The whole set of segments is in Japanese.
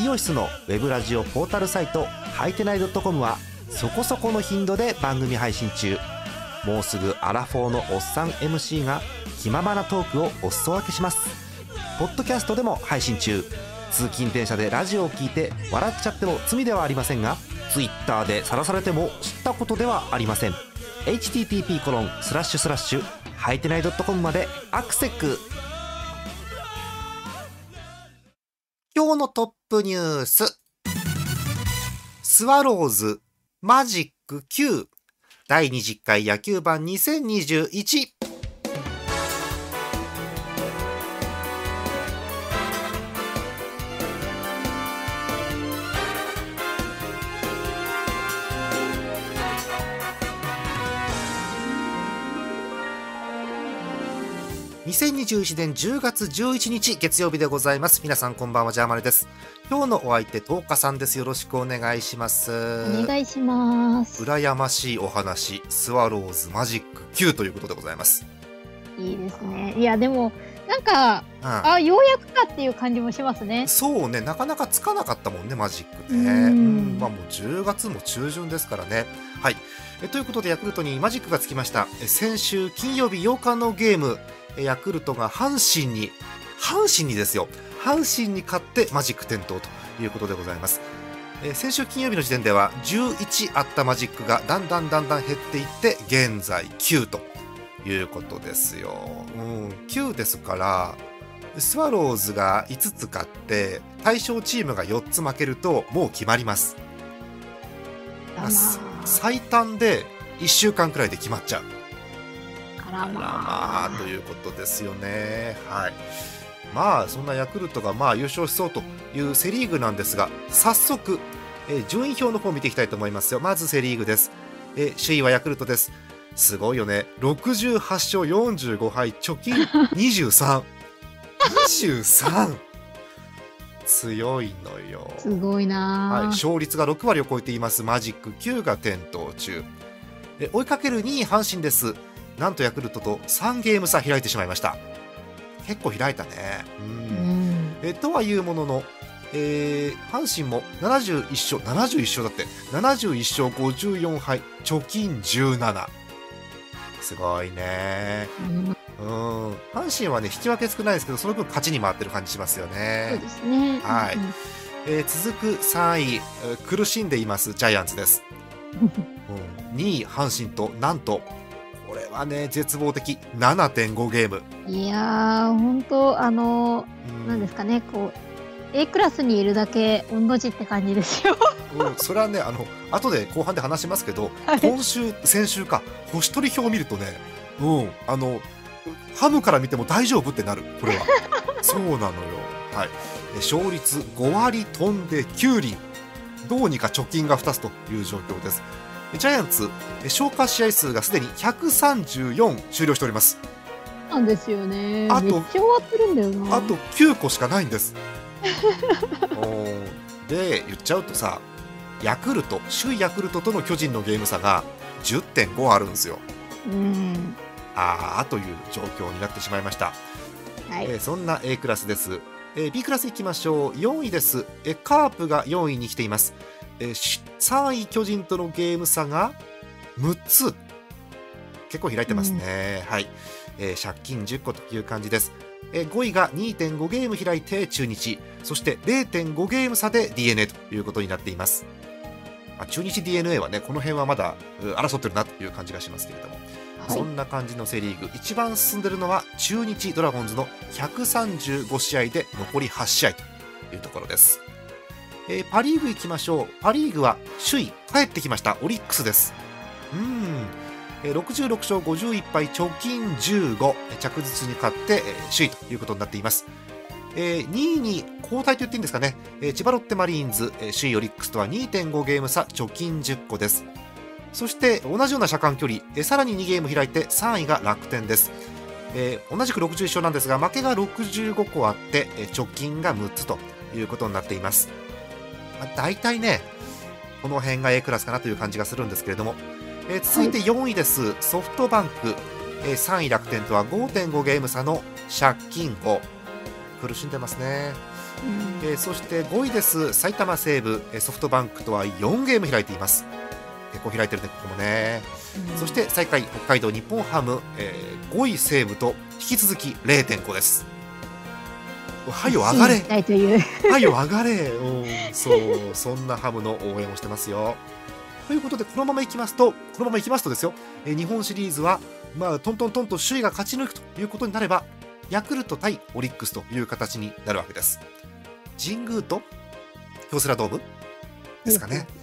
イオシスのウェブラジオポータルサイトはいてない .com はそこそこの頻度で番組配信中。もうすぐアラフォーのおっさん MC が気ままなトークをお裾分けします。ポッドキャストでも配信中。通勤電車でラジオを聞いて笑っちゃっても罪ではありませんが、 Twitter で晒されても知ったことではありません。 http:// はいてない .com までアクセック。今日のトップニュース。スワローズマジック9第20回野球盤2021。2021年10月11日月曜日でございます。皆さんこんばんは、ジャーマネです。今日のお相手、トーカさんです。よろしくお願いします。 お願いします。 羨ましいお話、スワローズマジック9ということでございます。 いいですね。いやでもなんか、ようやくかっていう感じもしますね。 そうね、なかなかつかなかったもんね、マジックね。まあもう10月も中旬ですからね。はい。ということでヤクルトにマジックがつきました。先週金曜日8日のゲーム、ヤクルトが阪神にですよ、阪神に勝ってマジック点灯ということでございます。先週金曜日の時点では11あったマジックがだんだん減っていって現在9ということですよ。9ですから、スワローズが5つ勝って対象チームが4つ負けるともう決まります。最短で1週間くらいで決まっちゃう。ということですよね。はい。まあそんなヤクルトが優勝しそうというセリーグなんですが、早速、順位表の方を見ていきたいと思いますよ。まずセリーグです。首位はヤクルトです。すごいよね。68勝45敗、貯金23 23強いのよ。 すごいな、 はい、勝率が6割を超えていますマジック9が点灯中。追いかける2位阪神です。なんとヤクルトと3ゲーム差開いてしまいました。結構開いたね。とはいうものの、阪神も71勝だって、71勝54敗、貯金17。すごいね。阪神はね、引き分け少ないですけど、その分勝ちに回ってる感じしますよね。 そうですね。 はい。続く3位、苦しんでいますジャイアンツです。2位阪神と、なんとこれはね絶望的 7.5 ゲーム。 いやー本当なんですかね、こう A クラスにいるだけ御の字って感じですよ。 それはね、後で後半で話しますけど、 はい、 先週か星取り表を見るとね、ハムから見ても大丈夫ってなる。これはそうなのよ。はい。勝率5割飛んで9厘、どうにか貯金が2つという状況です。ジャイアンツ、消化試合数がすでに134終了しております。 なんですよね。 めっちゃ終わってるんだよな。 あと9個しかないんですで言っちゃうとさ、首位ヤクルトとの巨人のゲーム差が 10.5 あるんですよ。という状況になってしまいました。はい。そんな A クラスです。B クラスいきましょう。4位です。カープが4位に来ています。3位巨人とのゲーム差が6つ、結構開いてますね。はい。借金10個という感じです。5位が 2.5 ゲーム開いて中日、そして 0.5 ゲーム差で DNA ということになっています。中日 DNA はね、この辺はまだ争ってるなという感じがしますけれども、はい、そんな感じのセリーグ、一番進んでるのは中日ドラゴンズの135試合で残り8試合というところです。パリーグ行きましょう。パリーグは首位帰ってきました、オリックスです。66勝51敗、貯金15、着実に勝って首位ということになっています。2位に交代と言っていいんですかね。千葉ロッテマリーンズ、首位オリックスとは 2.5 ゲーム差、貯金10個です。そして同じような車間距離、さらに2ゲーム開いて3位が楽天です。同じく61勝なんですが、負けが65個あって、貯金が6つということになっています。大体ね、この辺が A クラスかなという感じがするんですけれども、続いて4位です、はい、ソフトバンク、3位楽天とは 5.5 ゲーム差の借金5、苦しんでますね。 そして5位です。埼玉西武、ソフトバンクとは4ゲーム開いています。結構開いてるね、ここもね。そして最下位北海道日本ハム、5位西武と引き続き 0.5 です。はよ上がれ、はよ上がれ、そんなハムの応援をしてますよ。ということでこのままいきますとですよ、日本シリーズはトントントンと首位が勝ち抜くということになれば、ヤクルト対オリックスという形になるわけです。神宮と京セラドームですかね。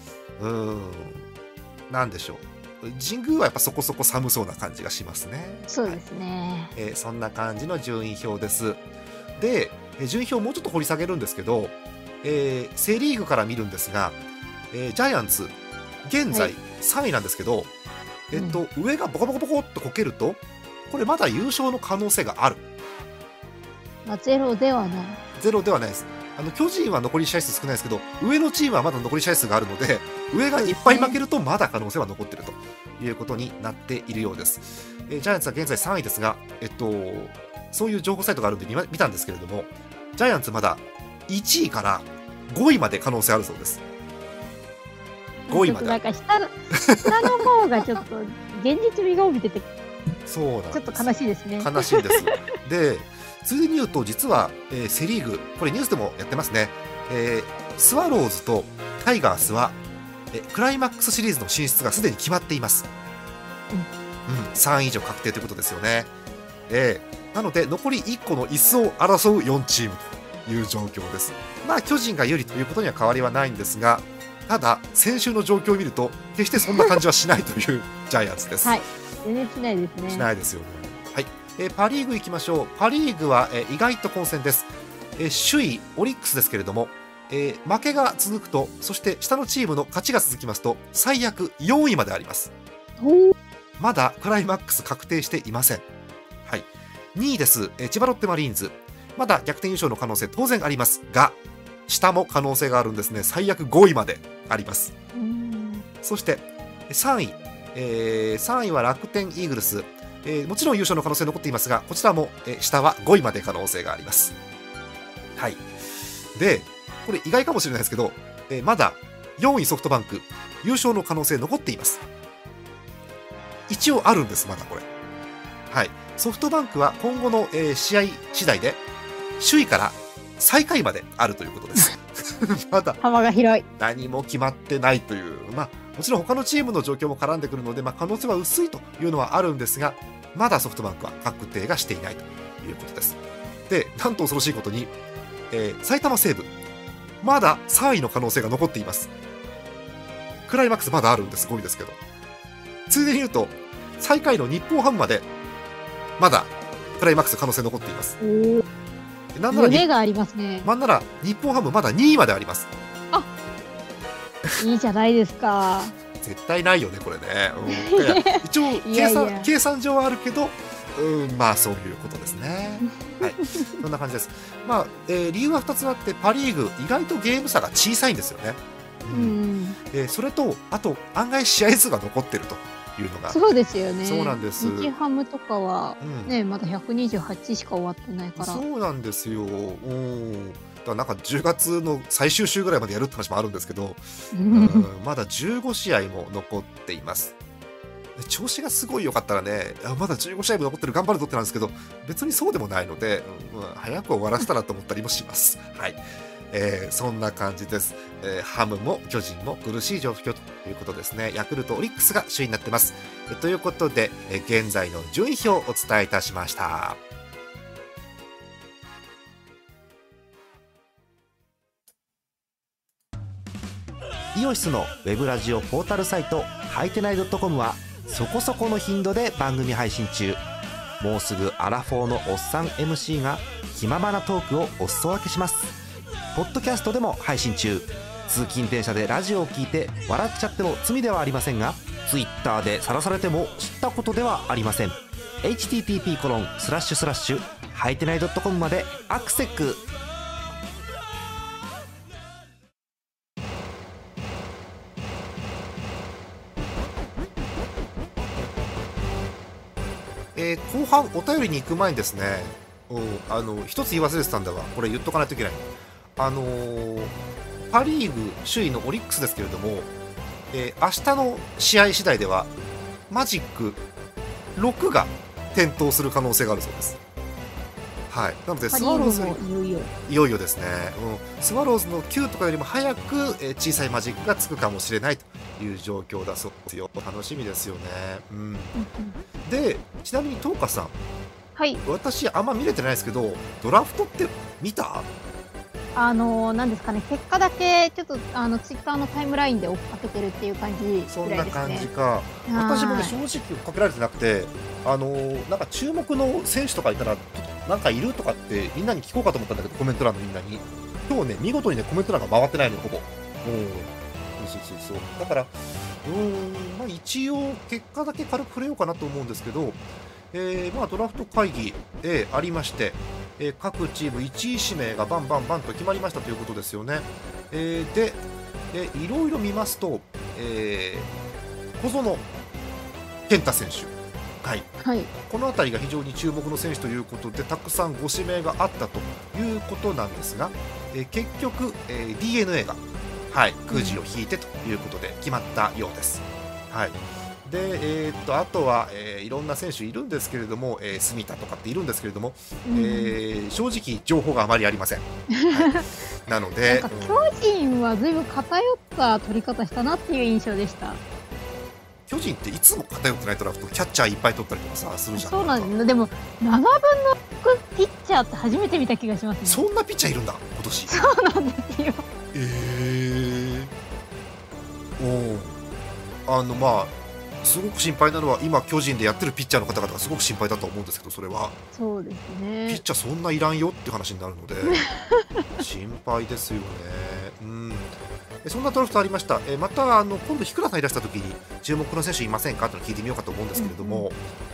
なんでしょう、神宮はやっぱそこそこ寒そうな感じがしますね。 そうですね、 そんな感じの順位表です。で、順位表をもうちょっと掘り下げるんですけど、セリーグから見るんですが、ジャイアンツ現在3位なんですけど、上がボコボコボコっとこけると、これまだ優勝の可能性がある。 ゼロではない。 ゼロではないです。巨人は残り試合数少ないですけど、上のチームはまだ残り試合数があるので、上がいっぱい負けるとまだ可能性は残っているということになっているようです。ジャイアンツは現在3位ですが、そういう情報サイトがあるんで見たんですけれども、ジャイアンツまだ1位から5位まで可能性あるそうです。5位まで。 なんか下の方がちょっと現実味が帯びてて、 そうなんです。 ちょっと悲しいですね。 悲しいです。で、ついでに言うと、実は、セリーグ、これニュースでもやってますね。スワローズとタイガースは、クライマックスシリーズの進出がすでに決まっています。3位以上確定ということですよね。なので残り1個の椅子を争う4チームという状況です。巨人が有利ということには変わりはないんですが、ただ先週の状況を見ると決してそんな感じはしないというジャイアンツです。 全然しないですね。 しないですよね。パリーグ行きましょう。パリーグは、意外と混戦です。首位オリックスですけれども、負けが続くと、そして下のチームの勝ちが続きますと、最悪4位まであります。まだクライマックス確定していません。2位です。千葉ロッテマリーンズ、まだ逆転優勝の可能性当然ありますが、下も可能性があるんですね。最悪5位まであります。そして3位は楽天イーグルス、もちろん優勝の可能性残っていますが、こちらも、下は5位まで可能性があります。で、これ意外かもしれないですけど、まだ4位ソフトバンク優勝の可能性残っています。一応あるんです、まだこれ。ソフトバンクは今後の、試合次第で首位から最下位まであるということです。まだ幅が広い。 何も決まってないという、もちろん他のチームの状況も絡んでくるので、可能性は薄いというのはあるんですが、まだソフトバンクは確定がしていないということです。で、なんと恐ろしいことに、埼玉西武まだ3位の可能性が残っています。クライマックスまだあるんです。5位ですけど、ついでに言うと最下位の日本ハムまでまだクライマックス可能性残っています。なんなら夢がありますね。 なんなら日本ハムまだ2位まであります。 いいじゃないですか。 絶対ないよねこれね。一応計算上はあるけど、そういうことですね。そんな感じです。理由は2つあって、パ・リーグ意外とゲーム差が小さいんですよね。それとあと案外試合数が残ってるというのが。 そうですよね。 そうなんです。 日ハムとかはね、まだ128しか終わってないから。 そうなんですよ。だなんか10月の最終週ぐらいまでやるって話もあるんですけど、まだ15試合も残っています。調子がすごい良かったらね、まだ15試合も残ってる、頑張るぞってなんですけど、別にそうでもないので、早く終わらせたらと思ったりもします。そんな感じです。ハムも巨人も苦しい状況ということですね。ヤクルト、オリックスが首位になってます。ということで、現在の順位表をお伝えいたしました。イオシスのウェブラジオポータルサイトはいてない .com はそこそこの頻度で番組配信中。もうすぐアラフォーのおっさん MC が気ままなトークをお裾分けします。ポッドキャストでも配信中。通勤電車でラジオを聞いて笑っちゃっても罪ではありませんが、ツイッターで晒されても知ったことではありません。 http:// はいてない .com までアクセック。後半お便りに行く前にですね、一つ言い忘れてたんだわ。これ言っとかないといけない。 パ・リーグ首位のオリックスですけれども、明日の試合次第ではマジック6が点灯する可能性があるそうです。はい、なのでスワローズいよいよですね、スワローズの9とかよりも早く、小さいマジックがつくかもしれないという状況だそうですよ。楽しみですよね。でちなみに東花さん、 はい、 私あんま見れてないですけど、ドラフトって見た？ なんですかね、結果だけちょっとツイッターのタイムラインで追っかけてるっていう感じぐらいですね。 そんな感じか。私もね、正直追っかけられてなくて、なんか注目の選手とかいたらなんかいるとかってみんなに聞こうかと思ったんだけど、コメント欄のみんなに今日ね、見事にねコメント欄が回ってないのほぼ。そうだからまあ、一応結果だけ軽く触れようかなと思うんですけど、まあ、ドラフト会議、ありまして、各チーム1位指名がバンバンバンと決まりましたということですよね。で、いろいろ見ますと、小園健太選手、はい、この辺りが非常に注目の選手ということで、たくさんご指名があったということなんですが、結局、DNA が、くじを引いてということで決まったようです。であとは、いろんな選手いるんですけれども、住田とかっているんですけれども、正直情報があまりありません。なのでなんか巨人はずいぶん偏った取り方したなっていう印象でした。 巨人っていつも偏ってないドラフト、キャッチャーいっぱい取ったりとかさするじゃん。 そうなんだ。でも7分の6ピッチャーって初めて見た気がしますね。 そんなピッチャーいるんだ今年。 そうなんですよ。まあすごく心配なのは、今巨人でやってるピッチャーの方々がすごく心配だと思うんですけど、それはそうですね、 ピッチャーそんないらんよっていう話になるので心配ですよね。そんなドラフトありました。また今度日倉さんいらした時に注目の選手いませんかというのを聞いてみようかと思うんですけれども、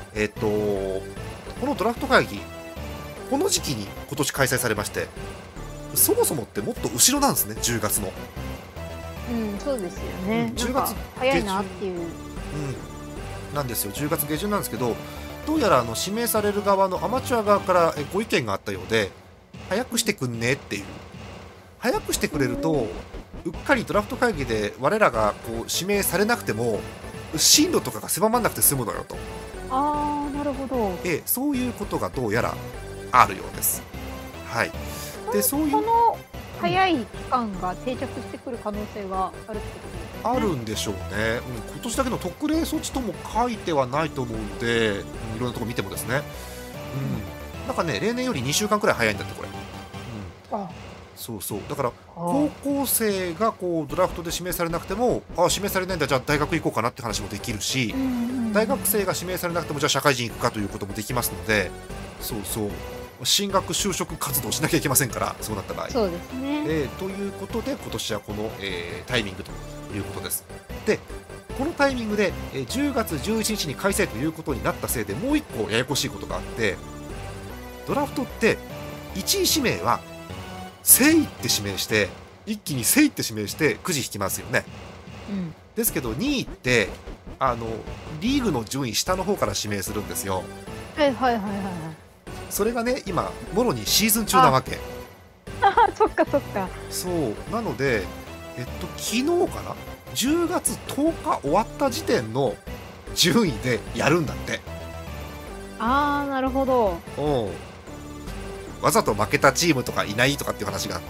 このドラフト会議、この時期に今年開催されまして、そもそもってもっと後ろなんですね、10月の。 そうですよね。10月早いなっていう。 なんですよ、10月下旬なんですけど、どうやら指名される側のアマチュア側からご意見があったようで、早くしてくんねっていう、早くしてくれるとうっかりドラフト会議で我らがこう指名されなくても進路とかが狭まらなくて済むのよと。 なるほど。 そういうことがどうやらあるようです。でそういうこの早い期間が定着してくる可能性があるってことですね。 あるんでしょうね。今年だけの特例措置とも書いてはないと思うので、いろんなところ見てもですね、なんかね、例年より2週間くらい早いんだってこれ。そうだから高校生がこうドラフトで指名されなくても、指名されないんだ、じゃあ大学行こうかなって話もできるし、大学生が指名されなくてもじゃあ社会人行くかということもできますので、進学就職活動しなきゃいけませんから、そうなった場合。 そうですね。 ということで今年はこの、タイミングということです。でこのタイミングで、10月11日に開催ということになったせいで、もう1個ややこしいことがあって、ドラフトって1位指名はセイって指名して、一気にセイって指名してくじ引きますよね。ですけど2位ってリーグの順位下の方から指名するんですよ。それがね、今もろにシーズン中なわけ。 そっか。 そうなので、昨日かな、10月10日終わった時点の順位でやるんだって。 なるほど。 わざと負けたチームとかいないとかっていう話があって、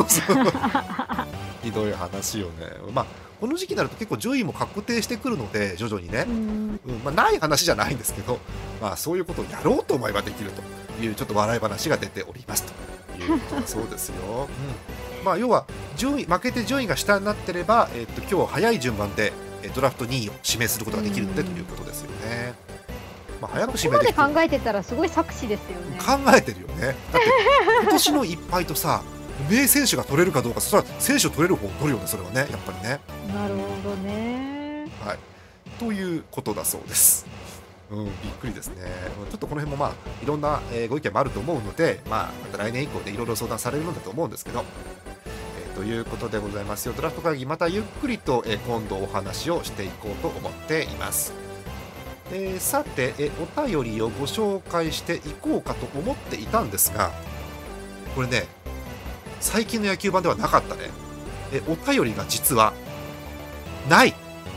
ひどい話よね。この時期になると結構順位も確定してくるので、徐々にね、ない話じゃないんですけど、そういうことをやろうと思えばできるというちょっと笑い話が出ておりますということだそうですよ。要は負けて順位が下になってれば、今日早い順番でドラフト2位を指名することができるのでということですよね。早く指名できて、 そこまで考えてたらすごい策士ですよね。 考えてるよね。だって今年のいっぱいとさ、名選手が取れるかどうか、それは選手を取れる方を取るよね、それはね、やっぱりね。 なるほどね。 ということだそうです。びっくりですね。ちょっとこの辺もいろんなご意見もあると思うので、また来年以降でいろいろ相談されるのだと思うんですけど、ということでございますよ。ドラフト会議、またゆっくりと今度お話をしていこうと思っています。さて、お便りをご紹介していこうかと思っていたんですが、これね、 最近の野球盤ではなかったね。お便りが実はない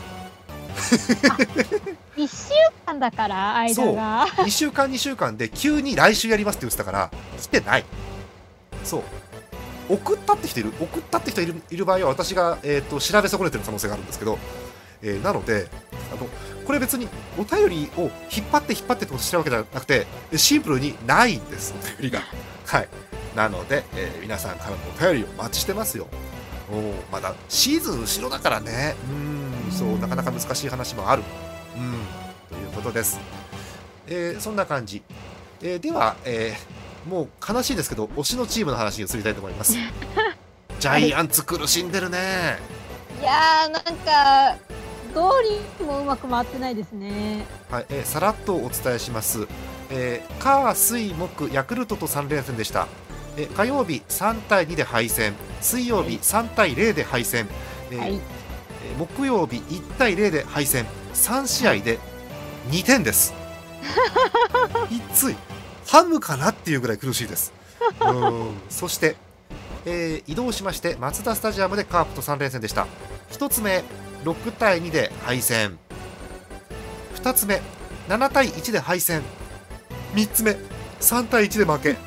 1週間だから間がそう2週間2週間で急に来週やりますって言ってたから来てない。そう送ったって人いる場合は私が、調べ損ねてる可能性があるんですけど、なのでこれ別にお便りを引っ張ってってことしてるわけじゃなくてシンプルにないんです、お便りが。はいなので、皆さんからのお便りをお待ちしてますよ。まだシーズン後ろだからね。そうなかなか難しい話もあるということです。そんな感じ、では、もう悲しいですけど推しのチームの話に移りたいと思います。ジャイアンツ苦しんでるね。 いやーなんかどうにもうまく回ってないですね。 はい、さらっとお伝えします。火水木ヤクルトと3連戦でした。火曜日3対2で敗戦、水曜日3対0で敗戦、木曜日1対0で敗戦、3試合で2点です。きつい。ハムかなっていうぐらい苦しいです。そして、移動しましてマツダスタジアムでカープと3連戦でした。1つ目6対2で敗戦、2つ目7対1で敗戦、3つ目3対1で負け、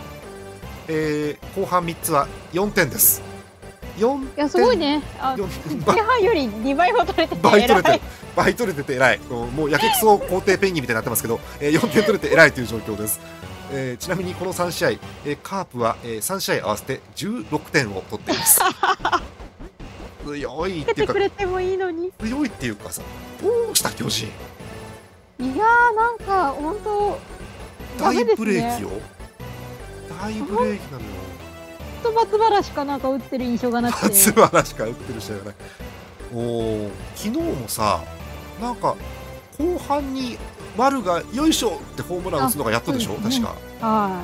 後半3つは4点です。4点。いやすごいね。前半より2倍も取れてて倍取れてて偉い。もうやけくそ皇帝ペンギンみたいになってますけど、4点取れて偉いという状況です。ちなみにこの3試合、カープは、3試合合わせて16点を取っています。強いっていうかくれてもいいのに。 強いっていうかさ、どうした巨人。 いやーなんか本当大ブレーキよ。大ブレーキなのよ。 松原しかなんか打ってる印象がなくて。 松原しか打ってる試合がない。昨日もさ、なんか後半に丸がよいしょってホームラン打つのがやっとでしょ、確か。 はい。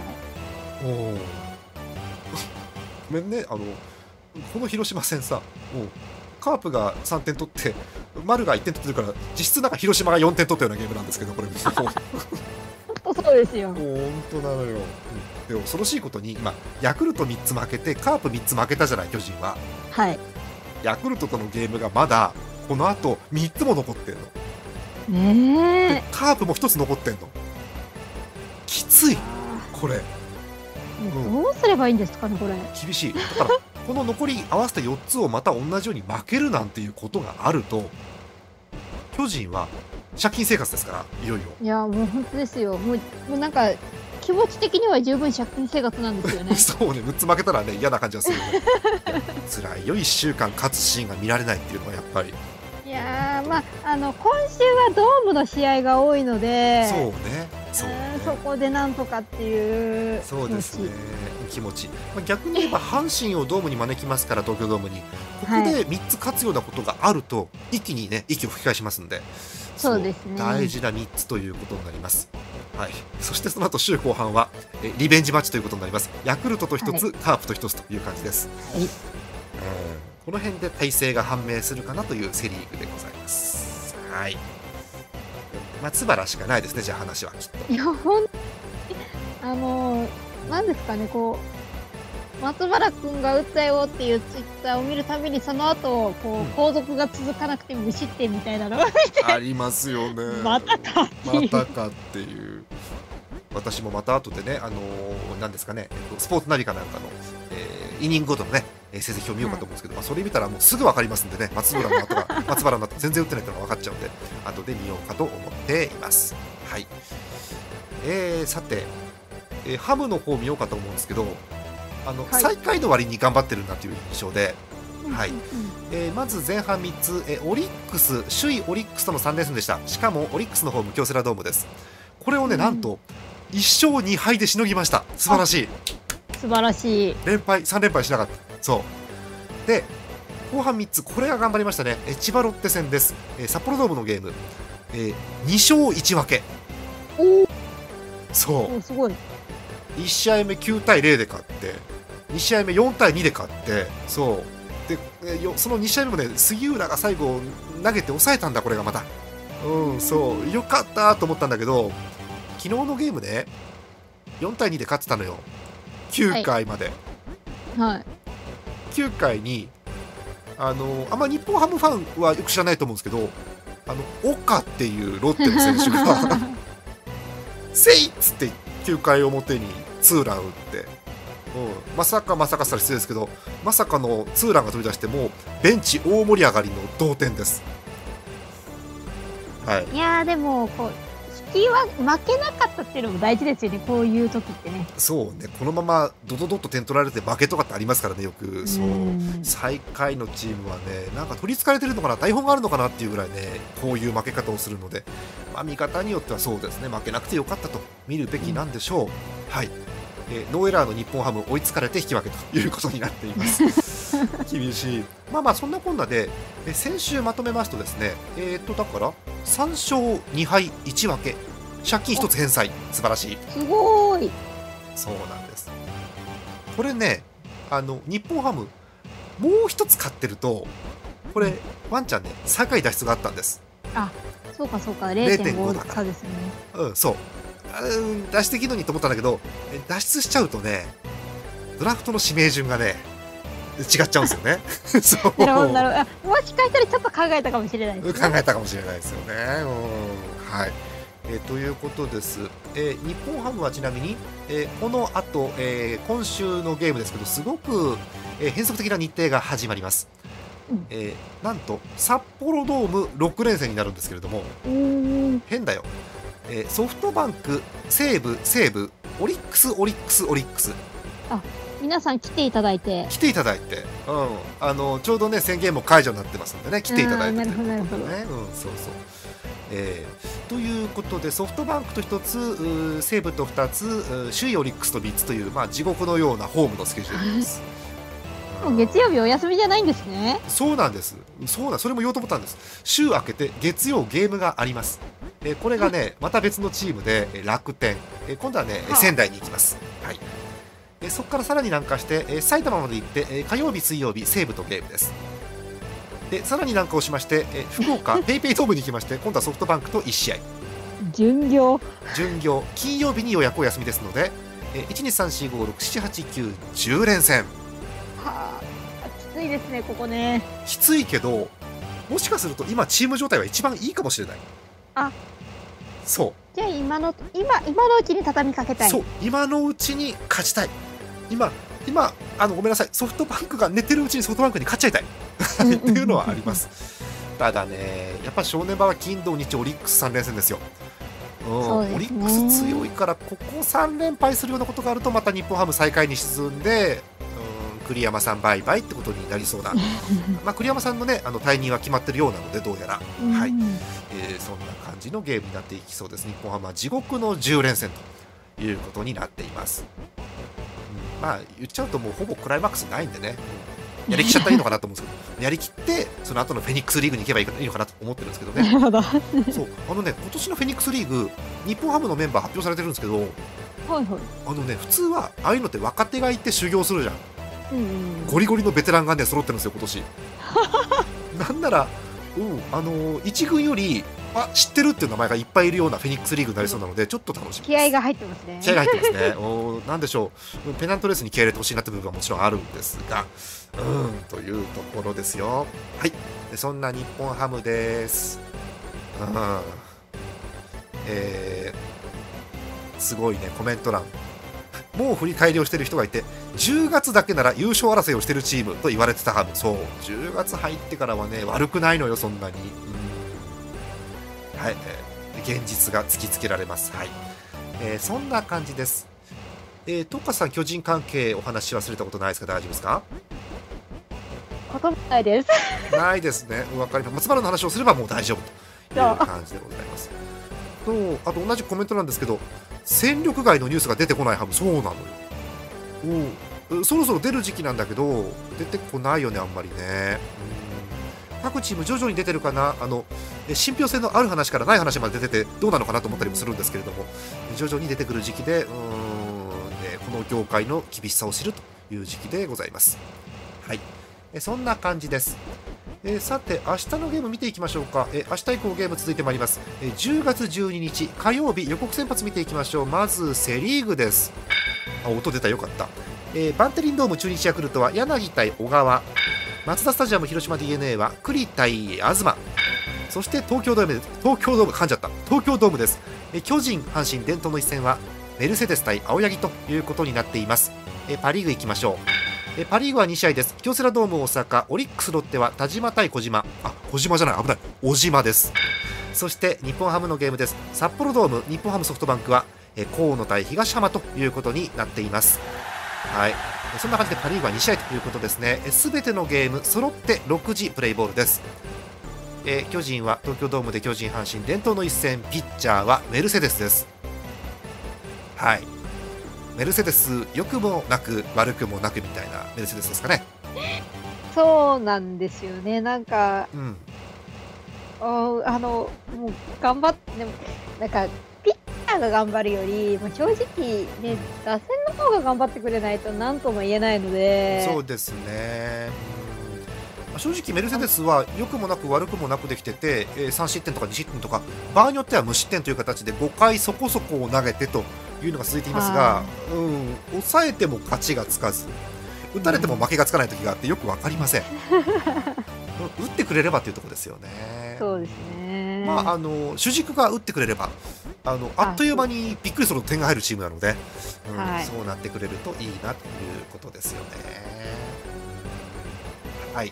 ごめんね、この広島戦さ、カープが3点取って丸が1点取ってるから実質なんか広島が4点取ったようなゲームなんですけど、これそうですよ。 本当なのよ。でも恐ろしいことに今ヤクルト3つ負けてカープ3つ負けたじゃない、巨人は。 はい。 ヤクルトとのゲームがまだこのあと3つも残ってんの。 でカープも1つ残ってんの。きついこれ。 どうすればいいんですかねこれ。 厳しい。だからこの残り合わせて4つをまた同じように負けるなんていうことがあると、巨人は借金生活ですから、いよいよ。 いやもう本当ですよ。もうなんか気持ち的には十分借金生活なんですよね。 そうね、6つ負けたらね嫌な感じがするよね。辛いよ、1週間勝つシーンが見られないっていうのはやっぱり。 いやまあ今週はドームの試合が多いので、 そうね、 そこでなんとかっていうそうですね、気持ち。逆に言えば阪神をドームに招きますから、東京ドームにここで3つ勝つようなことがあると、一気にね息を吹き返しますんで、 そうですね、 大事な3つということになります。はい、そしてその後週後半はリベンジマッチということになります。ヤクルトと1つ、カープと1つという感じです。この辺で体制が判明するかなというセ・リーグでございます。はい、松原しかないですね、じゃあ話はきっと。 いやほんなんですかね、こう松原君が打ったよっていうツイッターを見るたびに、その後こう後続が続かなくて無失点みたいなのがありますよね。 またかっていう。私もまた後でね、なんですかね、スポーツナビかなんかの、イニングごとのね成績を見ようかと思うんですけど、それ見たらもうすぐ分かりますんでね、松原の後全然打ってないってのが分かっちゃうんで、後で見ようかと思っています。はい、さて、ハムの方見ようかと思うんですけど、最下位の割に頑張ってるなという印象で、はい、まず前半3つ、オリックス首位オリックスとの3連戦でした。しかもオリックスの方無京セラドームです。これをね、なんと1勝2敗でしのぎました。素晴らしい。 素晴らしい。 3連敗しなかった。そうで、後半3つ、これが頑張りましたね。千葉ロッテ戦です。札幌ドームのゲーム、2勝1分け。そうすごい。 1試合目9対0で勝って、2試合目4対2で勝って、そうで、その2試合目もね、杉浦が最後投げて抑えたんだ、これがまた。そうよかったと思ったんだけど、昨日のゲームで4対2で勝ってたのよ、9回まで。 はい。 9回にあんま日本ハムファンはよく知らないと思うんですけど、岡っていうロッテの選手がせいっつって9回表にツーラン打って、まさかしたら失礼ですけど、まさかのツーランが飛び出して、もうベンチ大盛り上がりの同点です。はい、 いやーでもこう引きは負けなかったっていうのも大事ですよね、こういう時ってね。 そうね、このままドドドッと点取られて負けとかってありますからね、よく。そう、最下位のチームはね、なんか取りつかれてるのかな、台本があるのかなっていうぐらいね、こういう負け方をするので、見方によってはそうですね、負けなくてよかったと見るべきなんでしょう。はい、ノーエラーの日本ハム追いつかれて引き分けということになっています厳しい。そんなこんなで、先週まとめますとですね、だから3勝2敗1分け、借金1つ返済、素晴らしい。 すごい。 そうなんです。これね、日本ハムもう1つ勝ってると、これワンちゃんね、最下位脱出があったんです。 あ、そうかそうか、0.5 だから差ですね。 そう、脱出できるのにと思ったんだけど、脱出しちゃうとね、ドラフトの指名順がね違っちゃうんですよねそう、 なるほどなるほど。もしかしたらちょっと考えたかもしれないですね。 考えたかもしれないですよね。はい、ということです。日本ハムはちなみに、この後、今週のゲームですけど、すごく、変則的な日程が始まります。なんと札幌ドーム6連戦になるんですけれども、変だよ、ソフトバンク、西武、オリックス、 あ、皆さん来ていただいて、 ちょうどね宣言も解除になってますのでね、来ていただいて、なるほどね、そうそう、ということで、ソフトバンクと1つ、西武と2つ、首位オリックスと3つという、地獄のようなホームのスケジュールです。 もう月曜日お休みじゃないんですね。 そうなんです。それも言おうと思ったんです。週明けて月曜ゲームがあります。これがね、また別のチームで楽天、今度はね仙台に行きます。はい。そこからさらに南下して、埼玉まで行って、火曜日水曜日西武とゲームです。でさらに南下をしまして、福岡ペイペイドームに行きまして、今度はソフトバンクと1試合。巡業金曜日にようやくお休みですので、1,2,3,4,5,6,7,8,9,10連戦。 はあ、きついですね、ここね。 きついけど、もしかすると今チーム状態は一番いいかもしれない。 あ、 そう。 じゃあ今のうちに畳みかけたい。 そう、今のうちに勝ちたい。今ごめんなさい、ソフトバンクが寝てるうちにソフトバンクに勝っちゃいたいっていうのはあります。ただね、やっぱ正念場は金土日オリックス3連戦ですよ。オリックス強いから、ここ3連敗するようなことがあると、また日本ハム最下位に沈んで、栗山さんバイバイってことになりそうな栗山さんのね、退任は決まってるようなので、どうやら、はい、そんな感じのゲームになっていきそうです。日本ハムは地獄の10連戦ということになっています。言っちゃうともうほぼクライマックスないんでね、やりきっちゃったらいいのかなと思うんですけど、やりきってその後のフェニックスリーグに行けばいいのかなと思ってるんですけどね。そう、今年のフェニックスリーグ、日本ハムのメンバー発表されてるんですけど、普通はああいうのって若手がいて修行するじゃん。ゴリゴリのベテランがね揃ってるんですよ、今年なんなら、1軍より知ってるっていう名前がいっぱいいるようなフェニックスリーグになりそうなので、ちょっと楽しみです。 気合が入ってますね。 なんでしょう、ペナントレースに気合入れてほしいなって部分はもちろんあるんですが、というところですよ。はい、そんな日本ハムです。すごいね、コメント欄、もう振り返りをしている人がいて、10月だけなら優勝争いをしているチームと言われてたハム。そう、10月入ってからはね悪くないのよ、そんなに。はい、現実が突きつけられます。はい、そんな感じです。トッカさん、巨人関係お話し忘れたことないですか？大丈夫ですか？ ことないですないですね、分かります。松原の話をすればもう大丈夫という感じでございます。あと同じコメントなんですけど、戦力外のニュースが出てこないハム。そうなのよ。そろそろ出る時期なんだけど出てこないよね、あんまりね。各チーム徐々に出てるかな。信憑性のある話からない話まで出ててどうなのかなと思ったりもするんですけれども、徐々に出てくる時期で、この業界の厳しさを知るという時期でございます。はい、そんな感じです。さて明日のゲーム見ていきましょうか。明日以降ゲーム続いてまいります。10月12日火曜日予告先発見ていきましょう。まずセリーグです。音出た、よかった。 バンテリンドーム中日ヤクルトは柳対小川、マツダスタジアム広島 DNA は栗対東、そして東京ドームです。巨人阪神伝統の一戦はメルセデス対青柳ということになっています。パ・リーグいきましょう。パ・リーグは2試合です。京セラドーム大阪、オリックスロッテは田島対小島、小島じゃない、危ない、小島です。そして日本ハムのゲームです。札幌ドーム日本ハムソフトバンクは河野対東浜ということになっています。はい、そんな感じでパ・リーグは2試合ということですね。すべてのゲーム揃って6時プレイボールです。巨人は東京ドームで巨人阪神伝統の一戦、ピッチャーはメルセデスです。はい、メルセデス良くもなく悪くもなくみたいなメルセデスですかね。 そうなんですよね。なんか、もう頑張って、でもなんかピッチャーが頑張るよりも正直ね、打線の方が頑張ってくれないと何とも言えないので。 そうですね。正直メルセデスは良くもなく悪くもなくできてて、3失点とか2失点とか場合によっては無失点という形で5回そこそこを投げてというのが続いていますが、抑えても勝ちがつかず、打たれても負けがつかない時があってよく分かりません。打ってくれればというところですよね。 そうですね。 主軸が打ってくれればあっという間にびっくりするほど点が入るチームなので、そうなってくれるといいなということですよね。はい。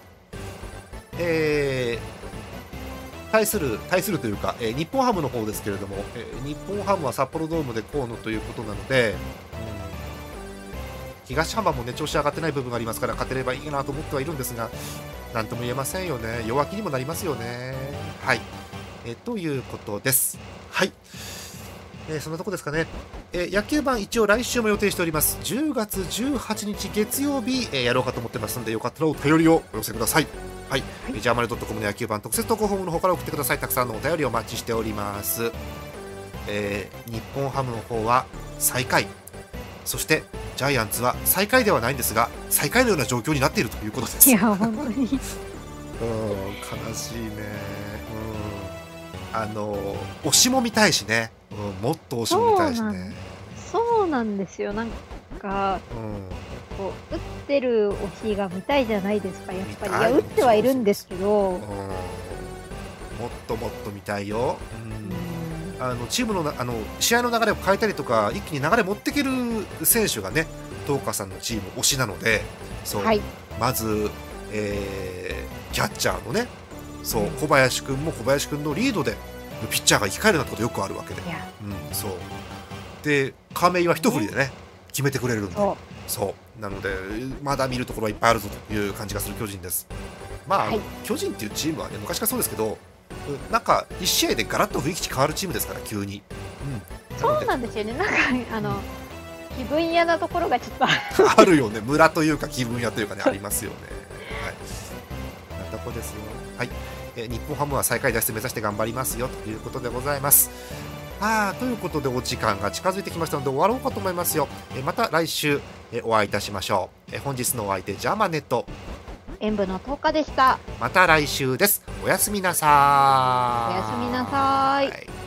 対するというか、日本ハムの方ですけれども、日本ハムは札幌ドームで河野ということなので、東浜もね調子上がってない部分がありますから勝てればいいなと思ってはいるんですが、なんとも言えませんよね。弱気にもなりますよね。はい、ということです。はい、そんなとこですかね。野球盤一応来週も予定しております。10月18日月曜日、やろうかと思ってますので、よかったらお便りをお寄せください。はい、ジャーマネ.com の野球盤特設投稿フォームの方から送ってください。たくさんのお便りをお待ちしております。日本ハムの方は最下位、そしてジャイアンツは最下位ではないんですが最下位のような状況になっているということです。 いや本当に悲しいね。推しも見たいしね、もっと推しも見たいしね。 そうなんですよ。なんか、こう打ってる推しが見たいじゃないですか、やっぱり。いや、打ってはいるんですけど、 もっともっと見たいよ。チームの試合の流れを変えたりとか一気に流れ持っていける選手がね、東花さんのチーム推しなので、そう、まず、キャッチャーのね、そう小林君も小林君のリードでピッチャーが生き返るなんてことよくあるわけで、そうで亀井は一振りでね決めてくれるんで、そうなのでまだ見るところはいっぱいあるぞという感じがする巨人です。巨人っていうチームはね昔からそうですけど、なんか1試合でガラッと雰囲気変わるチームですから急に、 そうなんですよね。なんか気分屋なところがちょっとあるよね。村というか気分屋というかねありますよね。はい、なとこですよ。はい、日本ハムは最下位脱出目指して頑張りますよということでございます。ということでお時間が近づいてきましたので終わろうかと思いますよ。また来週お会いいたしましょう。本日のお相手ジャーマネと演舞の10日でした。 また来週です。おやすみなさい。おやすみなさい。